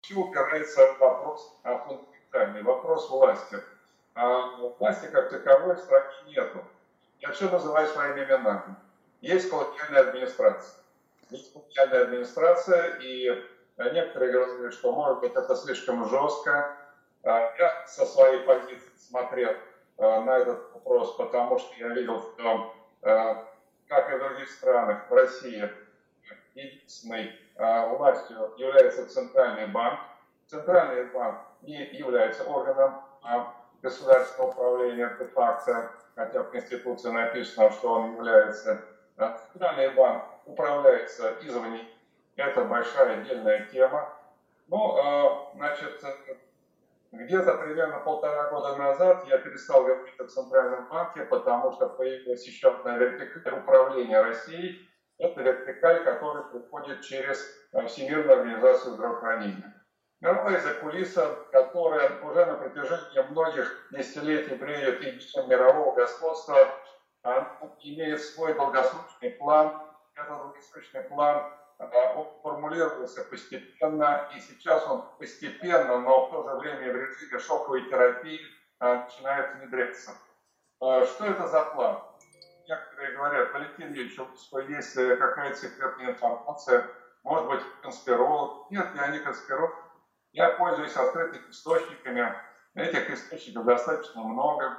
все упирается в вопрос фундаментальный, вопрос власти. А власти как таковой в стране нету. Я все называю своими именами. Есть колониальная администрация. Есть колониальная администрация, и некоторые говорят, что, может быть, это слишком жестко. Я со своей позиции смотрел на этот вопрос, потому что я видел, что, как и в других странах, в России единственной властью является Центральный банк. Центральный банк не является органом государственного управления де-факто, хотя в Конституции написано, что он является. Центральный банк управляется извне. Это большая отдельная тема. Ну, значит, где-то примерно 1,5 года назад я перестал говорить о Центральном банке, потому что появилась еще одна вертикаль управления Россией. Это вертикаль, которая приходит через Всемирную организацию здравоохранения. Мировая закулиса, которая уже на протяжении многих десятилетий бреет идею мирового господства, имеет свой долгосрочный план. Этот долгосрочный план он формулировался постепенно, и сейчас он постепенно, но в то же время в режиме шоковой терапии начинает внедряться. Что это за план? Некоторые говорят: Валентин Ильич, что есть какая-то секретная информация, может быть, конспиролог. Нет, я не конспиролог. Я пользуюсь открытыми источниками. Этих источников достаточно много.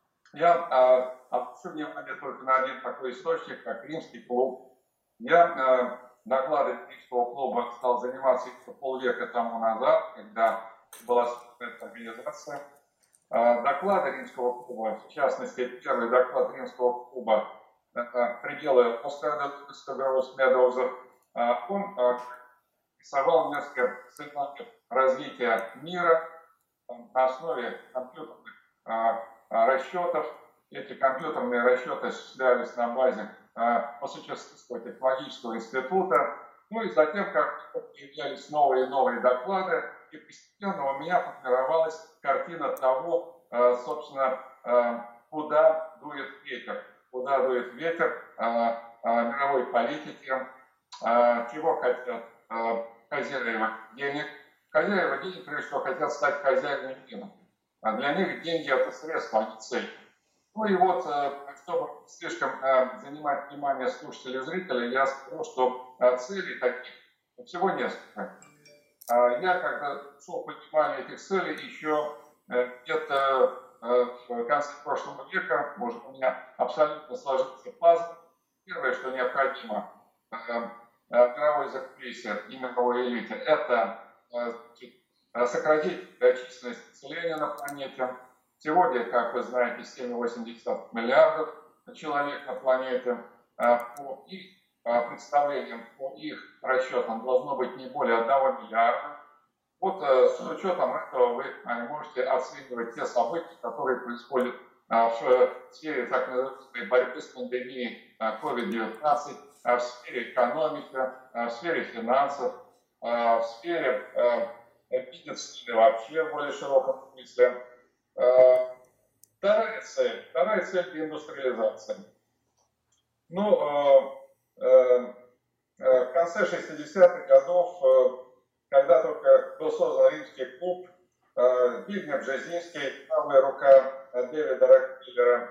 Я обращу внимание только на один такой источник, как Римский клуб. Я доклады Римского клуба стал заниматься еще полвека тому назад, когда была создана эта организация. Доклады Римского клуба, в частности, первый доклад Римского клуба «Пределы Медоузов», он рисовал несколько сценариев развития мира на основе компьютерных расчетов. Эти компьютерные расчеты осуществлялись на базе Массачусетского технологического института. Ну и затем, как появлялись новые и новые доклады, и постепенно у меня формировалась картина того, собственно, куда дует ветер. Куда дует ветер мировой политики, чего хотят хозяева денег. Хозяева денег, прежде всего, хотят стать хозяевами мира. А для них деньги – это средство, а не цель. Ну и вот, чтобы слишком занимать внимание слушателей и зрителей, я скажу, что целей таких всего несколько. Я, когда шел к пониманию этих целей, еще где-то в конце прошлого века, может, у меня абсолютно сложился пазл. Первое, что необходимо мировой закулисье и мировой элите, это сократить численность населения на планете. Сегодня, как вы знаете, 7,8 миллиардов человек на планете. По их представлениям, по их расчетам, должно быть не более 1 миллиарда. Вот с учетом этого вы можете оценивать те события, которые происходят в сфере так называемой борьбы с пандемией COVID-19, в сфере экономики, в сфере финансов, в сфере медицины вообще в более широком смысле. Вторая цель – индустриализация. Ну, в конце 60-х годов, когда только был создан Римский клуб, Збигнев Бжезинский, правая рука Дэвида Рокфеллера,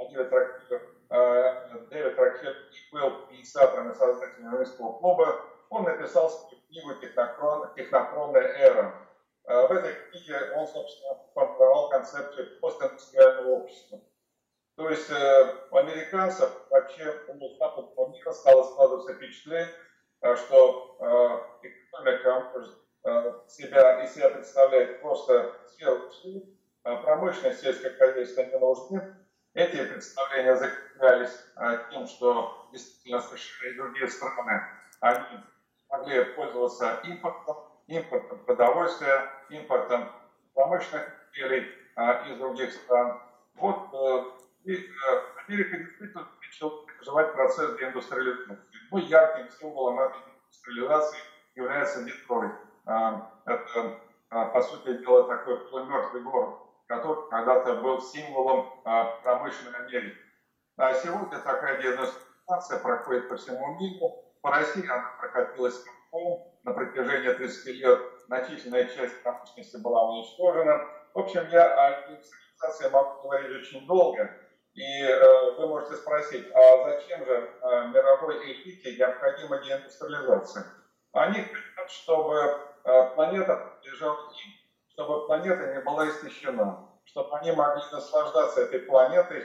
Дэвид Рокфеллер был инициатором и создателем Римского клуба, он написал свою книгу «Технокронная эра». В этой книге он, собственно, формировал концепцию постиндустриального общества. То есть у американцев вообще у западного мира стало складываться впечатление, что экономика может из себя представляет просто сферу услуг, промышленность, сельское хозяйство не нужны. Эти представления закреплялись тем, что действительно США и другие страны, они могли пользоваться импортом продовольствия, импортом промышленных изделий из других стран. Вот Америка действительно начала переживать процесс деиндустриализации. Ну, ярким символом этой индустриализации является Детройт. Это, по сути дела, такой полумертвый город, который когда-то был символом промышленной Америки. А сегодня такая деиндустриализация проходит по всему миру. По России она прокатилась на протяжении 30 лет значительная часть промышленности была уничтожена. В общем, я о индустриализации могу говорить очень долго. И вы можете спросить, а зачем же мировой элите необходима деиндустриализация? Они хотят, чтобы планета принадлежала им, чтобы планета не была истощена, чтобы они могли наслаждаться этой планетой.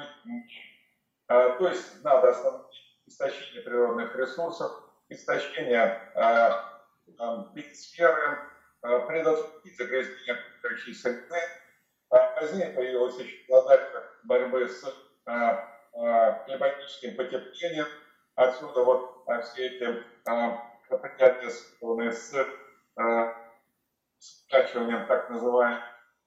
То есть надо остановить истощение природных ресурсов, истощение биосферы, предотвратить загрязнение окружающей среды. Позднее появилась еще задача борьбы с климатическим потеплением. Отсюда вот все эти предприятия, связанные с скачиванием так называемых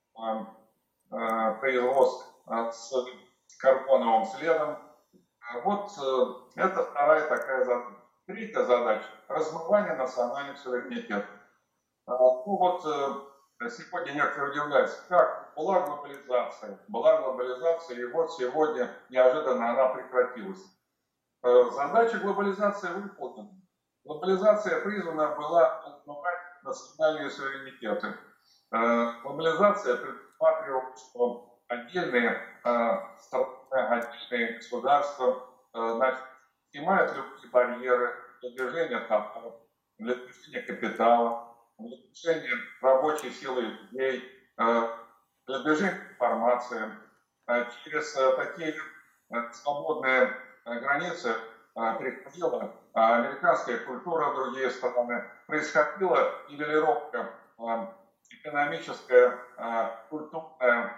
производств с карбоновым следом. Вот это вторая такая задача. Третья задача – размывание национальных суверенитетов. Ну вот сегодня некоторые удивляются, как была глобализация, и вот сегодня неожиданно она прекратилась. Задача глобализации выполнена. Глобализация призвана была размывать национальные суверенитеты. Глобализация предусматривала, что отдельные страны, отдельные государства снимают любые барьеры для движения товаров, для движения капитала, для движения рабочей силы людей, для движения информации. Через такие свободные границы переходила американская культура в другие страны, происходила нивелировка экономическая, культурная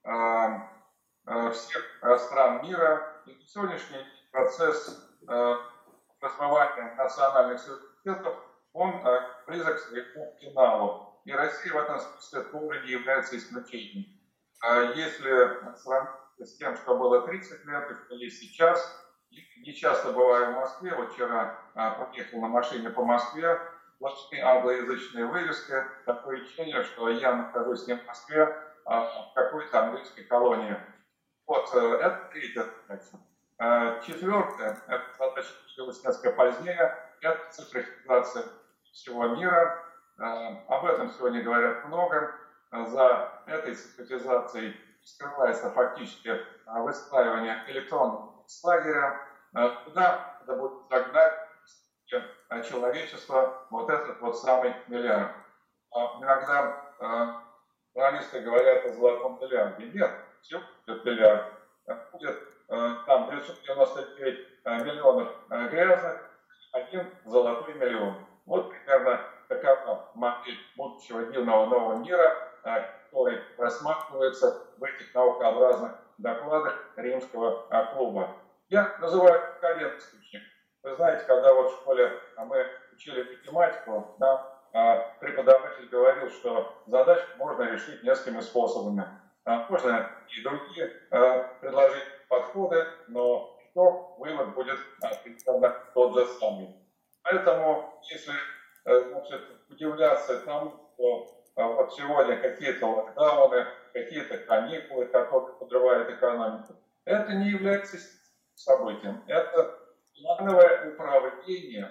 всех стран мира. И сегодняшний процесс размывания национальных суверенитетов, он близок к своему финалу. И Россия в этом смысле тоже не является исключением. Если сравнить с тем, что было 30 лет и что есть сейчас, не часто бываю в Москве, вот вчера проехал на машине по Москве, сплошные англоязычные вывески, такое ощущение, что я нахожусь не в Москве, а в какой-то английской колонии. Вот, это третья задача. Четвертая, эта задача началась несколько позднее, это цифровизация всего мира. Об этом сегодня говорят много. За этой цифровизацией скрывается фактически выстраивание электронного лагеря, куда надо будет загнать человечество вот этот вот самый миллиард. Иногда журналисты говорят о золотом миллиарде. Нет, всего будет миллиард. Будет там 999 миллионов грязных, один золотой миллион. Вот примерно такова модель будущего дивного нового мира, который рассматривается в этих наукообразных докладах Римского клуба. Я называю это конкурентный источник. Вы знаете, когда вот в школе мы учили математику, да, преподаватель говорил, что задачу можно решить несколькими способами. Можно и другие предложить подходы, но вывод будет примерно тот же самый. Поэтому, если удивляться тому, что вот сегодня какие-то локдауны, какие-то каникулы, которые подрывают экономику, это не является событием. Это плановое управление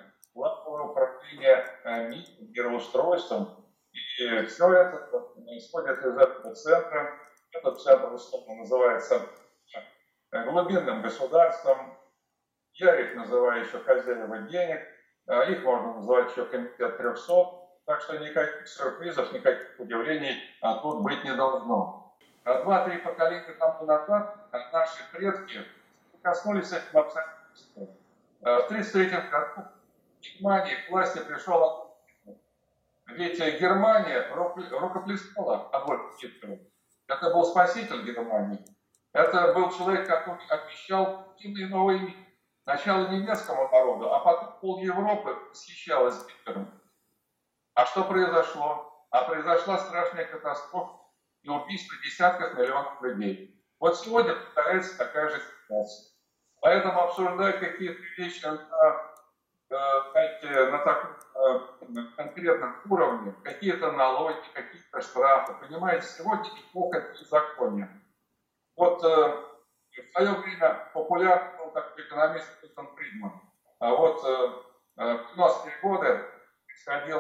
мироустройством. И все это исходит из этого центра. Этот центр условно называется глубинным государством. Я их называю еще хозяева денег. Их можно называть еще комитет 300. Так что никаких сюрпризов, никаких удивлений тут быть не должно. 2-3 поколения тому назад наши предки коснулись этим обстоятельством. В 1933 году в Германии к власти пришел. Ведь Германия рукоплескала Адольфу Гитлеру. Это был спаситель Германии. Это был человек, который обещал дивный новый мир. Сначала немецкому народу, а потом пол Европы восхищалась Гитлером. А что произошло? А произошла страшная катастрофа и убийство десятков миллионов людей. Вот сегодня повторяется такая же ситуация. Поэтому обсуждать какие-то вещи на таком конкретном уровне, какие-то налоги, какие-то штрафы, понимаете, сегодня эпоха беззакония. Вот в свое время популярный был такой экономист Милтон Фридман. А вот в 90-е годы происходил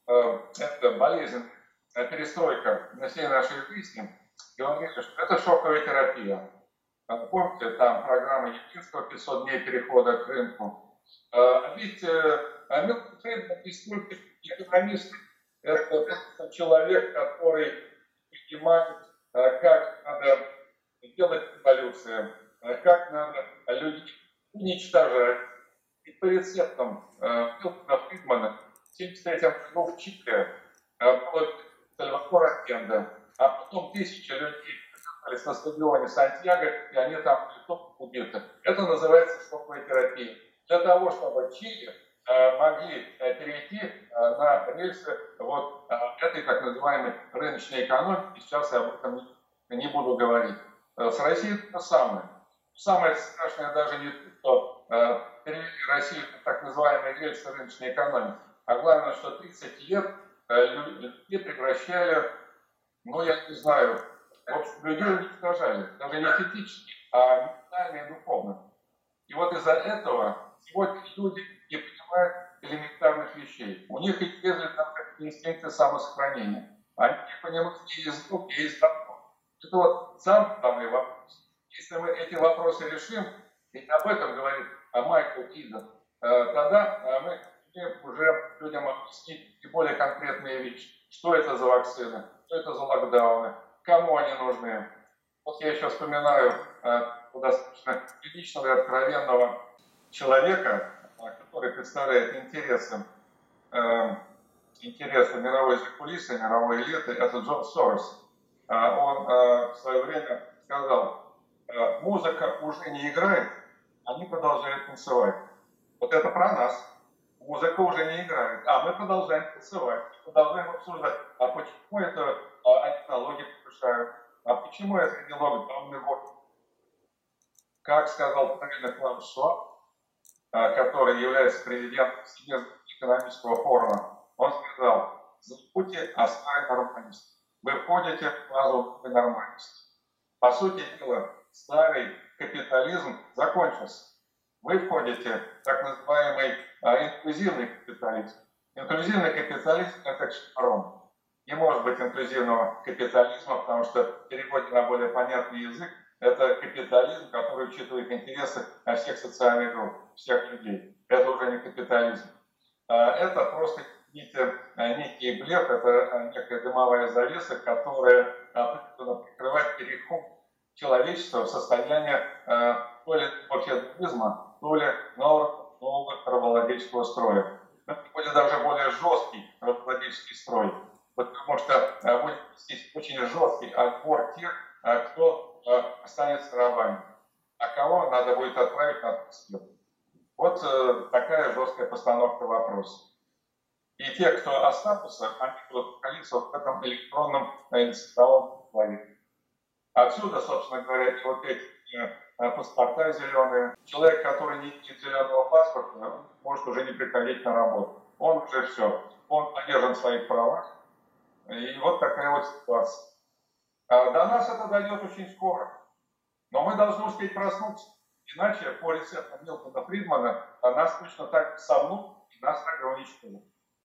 это болезнь, перестройка на всей нашей жизни, говорили, что это шоковая терапия. Помните, там программа Единства, 500 дней перехода к рынку. Ведь Милтон Фридман не только экономист, это человек, который понимает, как надо делать революцию, как надо людей уничтожать. И по рецептам Милтона Фридмана в 1973 году в Чили было Сальвадор Альенде, а потом тысячи людей оказались на стадионе Сантьяго, и они там убиты. Это называется шоковая терапия. Для того, чтобы Чили могли перейти на рельсы вот этой так называемой рыночной экономики, сейчас я об этом не буду говорить. С Россией то же самое. Самое страшное даже не то, что перевели Россию на так называемые рельсы рыночной экономики, а главное, что 30 лет людей превращали, ну я не знаю, в общем, людей уничтожали, даже не физически, а ментально и духовно. И вот из-за этого сегодня люди не понимают элементарных вещей. У них исчезли там какие-то инстинкты самосохранения. Они не понимают, где есть зло, где есть добро. Это вот самый главный вопрос. Если мы эти вопросы решим, и об этом говорит Майкл Иден, тогда мы уже людям объяснить и более конкретные вещи. Что это за вакцины, что это за локдауны, кому они нужны. Вот я еще вспоминаю достаточно личного и откровенного человека, который представляет интересы мировой закулисы, мировой элиты, это Джон Сорос. Он в свое время сказал, музыка уже не играет, они продолжают танцевать. Вот это про нас. Музыка уже не играет, а мы продолжаем танцевать, продолжаем обсуждать, а почему это они налоги повышают, а почему это не локдаунный год. Как сказал правильно Клаус Шваб, который является президентом Всемирного экономического форума, он сказал, забудьте о старой нормальности. Вы входите в фазу нормальности. По сути дела, старый капитализм закончился. Вы входите в так называемый инклюзивный капитализм. Инклюзивный капитализм – это оксюморон. Не может быть инклюзивного капитализма, потому что в переводе на более понятный язык это капитализм, который учитывает интересы всех социальных групп, всех людей. Это уже не капитализм. Это просто некий блеф, это некая дымовая завеса, которая прикрывает переход человечества в состояние то ли феодализма, то ли нового рабовладельческого строя. Это будет даже более жесткий рабовладельческий строй, потому что будет здесь очень жесткий отбор тех, кто останется рабами, а кого надо будет отправить на тот. Вот такая жесткая постановка вопроса. И те, кто останутся, они будут находиться в этом электронном цифровом человеке. Отсюда, собственно говоря, вот эти паспорта зеленые. Человек, который не имеет зеленого паспорта, может уже не приходить на работу. Он уже все, он поддержан в своих правах. И вот такая вот ситуация. До нас это дойдет очень скоро. Но мы должны успеть проснуться. Иначе, по рецепту Милтона Фридмана, нас точно так сомнут и нас так уничтожат.